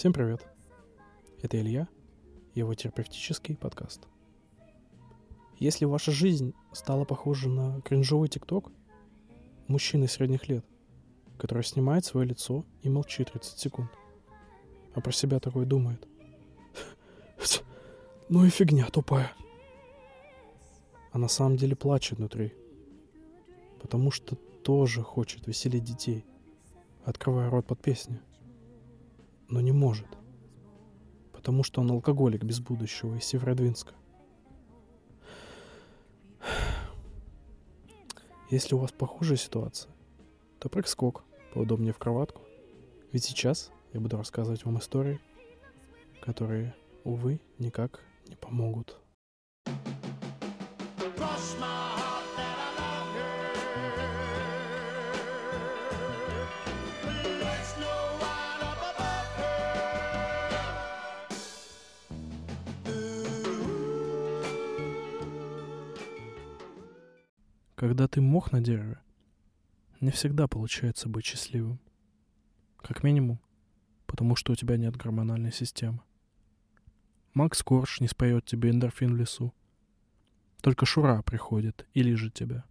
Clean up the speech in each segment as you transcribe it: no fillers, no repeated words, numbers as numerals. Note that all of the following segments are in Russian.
Всем привет! Это Илья и его терапевтический подкаст. Если ваша жизнь стала похожа на кринжовый тикток мужчины средних лет, который снимает свое лицо и молчит 30 секунд, а про себя такой думает: ну и фигня тупая. А на самом деле плачет внутри, потому что тоже хочет веселить детей, открывая рот под песни, но не может, потому что он алкоголик без будущего из Северодвинска. Если у вас похожая ситуация, то прыг-скок поудобнее в кроватку, ведь сейчас я буду рассказывать вам истории, которые, увы, никак не помогут. Когда ты мох на дереве, не всегда получается быть счастливым. Как минимум, потому что у тебя нет гормональной системы. Макс Корж не споет тебе эндорфин в лесу. Только Шура приходит и лижет тебя.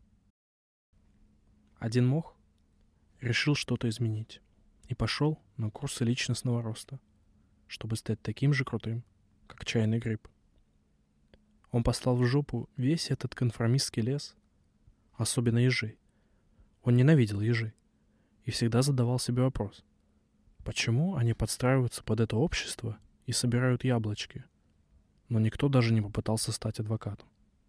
Один мох решил что-то изменить и пошел на курсы личностного роста, чтобы стать таким же крутым, как чайный гриб. Он послал в жопу весь этот конформистский лес, особенно ежей. Он ненавидел ежей и всегда задавал себе вопрос: почему они подстраиваются под это общество и собирают яблочки? Но никто даже не попытался стать адвокатом.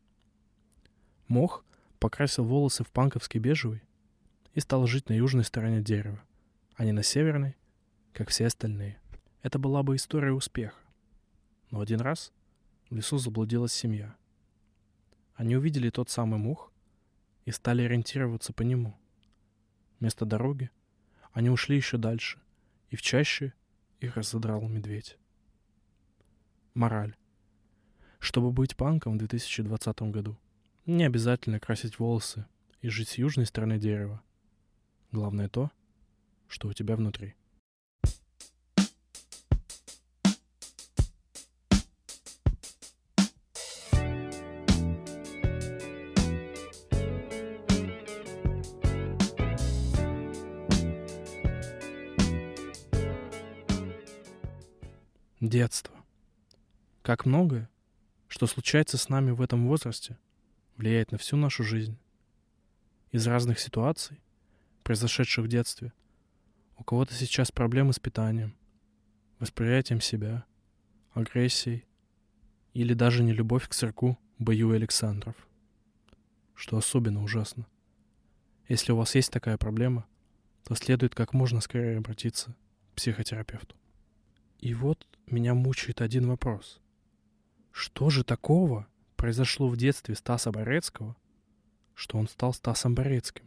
Мох покрасил волосы в панковский бежевый и стал жить на южной стороне дерева, а не на северной, как все остальные. Это была бы история успеха. Но один раз в лесу заблудилась семья. Они увидели тот самый мох и стали ориентироваться по нему. Вместо дороги они ушли еще дальше, и в чаще их разодрал медведь. Мораль. Чтобы быть панком в 2020 году, не обязательно красить волосы и жить с южной стороны дерева. Главное то, что у тебя внутри. Детство. Как многое, что случается с нами в этом возрасте, влияет на всю нашу жизнь. Из разных ситуаций, произошедших в детстве, у кого-то сейчас проблемы с питанием, восприятием себя, агрессией или даже нелюбовь к сырку Б.Ю. Александров. Что особенно ужасно. Если у вас есть такая проблема, то следует как можно скорее обратиться к психотерапевту. И вот меня мучает один вопрос. Что же такого произошло в детстве Стаса Барецкого, что он стал Стасом Барецким?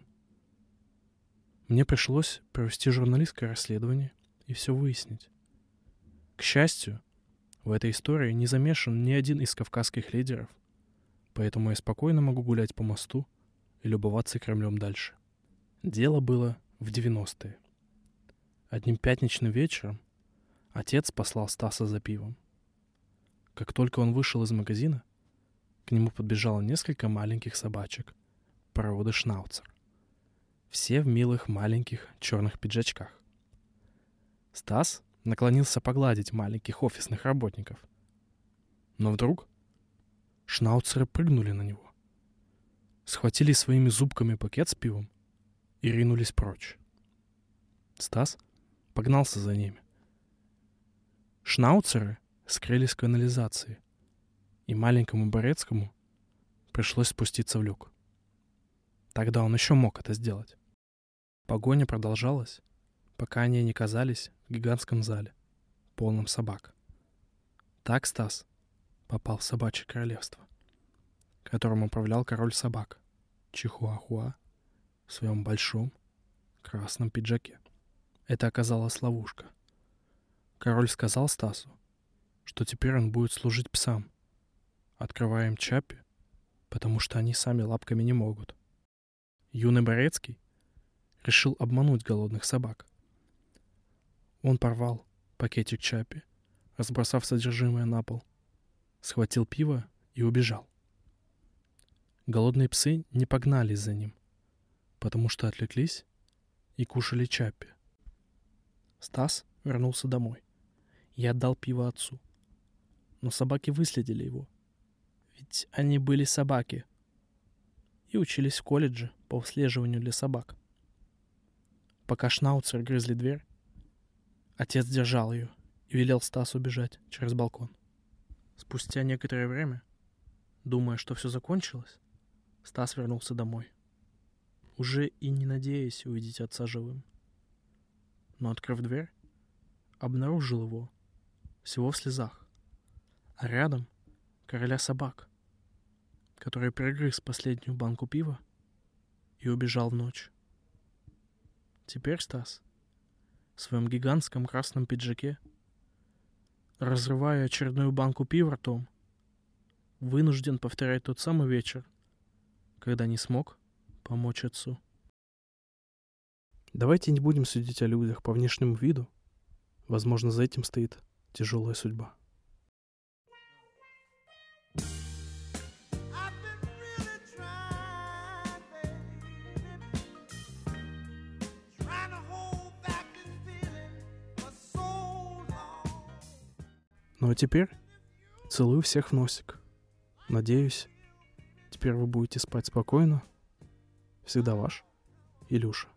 Мне пришлось провести журналистское расследование и все выяснить. К счастью, в этой истории не замешан ни один из кавказских лидеров, поэтому я спокойно могу гулять по мосту и любоваться Кремлем дальше. Дело было в 90-е. Одним пятничным вечером отец послал Стаса за пивом. Как только он вышел из магазина, к нему подбежало несколько маленьких собачек породы шнауцер. Все в милых маленьких черных пиджачках. Стас наклонился погладить маленьких офисных работников. Но вдруг шнауцеры прыгнули на него, схватили своими зубками пакет с пивом и ринулись прочь. Стас погнался за ними. Шнауцеры скрылись в канализации, и маленькому Барецкому пришлось спуститься в люк. Тогда он еще мог это сделать. Погоня продолжалась, пока они не оказались в гигантском зале, полном собак. Так Стас попал в собачье королевство, которым управлял король собак Чихуахуа в своем большом красном пиджаке. Это оказалась ловушка. Король сказал Стасу, что теперь он будет служить псам, открывая им чаппи, потому что они сами лапками не могут. Юный Барецкий решил обмануть голодных собак. Он порвал пакетик Чаппи, разбросав содержимое на пол, схватил пиво и убежал. Голодные псы не погнались за ним, потому что отвлеклись и кушали Чаппи. Стас вернулся домой и отдал пиво отцу. Но собаки выследили его, ведь они были собаки, и учились в колледже по выслеживанию для собак. Пока шнауцер грызли дверь, отец держал ее и велел Стасу бежать через балкон. Спустя некоторое время, думая, что все закончилось, Стас вернулся домой, уже и не надеясь увидеть отца живым. Но, открыв дверь, обнаружил его всего в слезах, а рядом короля собак, который перегрыз последнюю банку пива и убежал в ночь. Теперь Стас в своем гигантском красном пиджаке, разрывая очередную банку пива ртом, вынужден повторять тот самый вечер, когда не смог помочь отцу. Давайте не будем судить о людях по внешнему виду. Возможно, за этим стоит тяжелая судьба. Ну а теперь целую всех в носик. Надеюсь, теперь вы будете спать спокойно. Всегда ваш Илюша.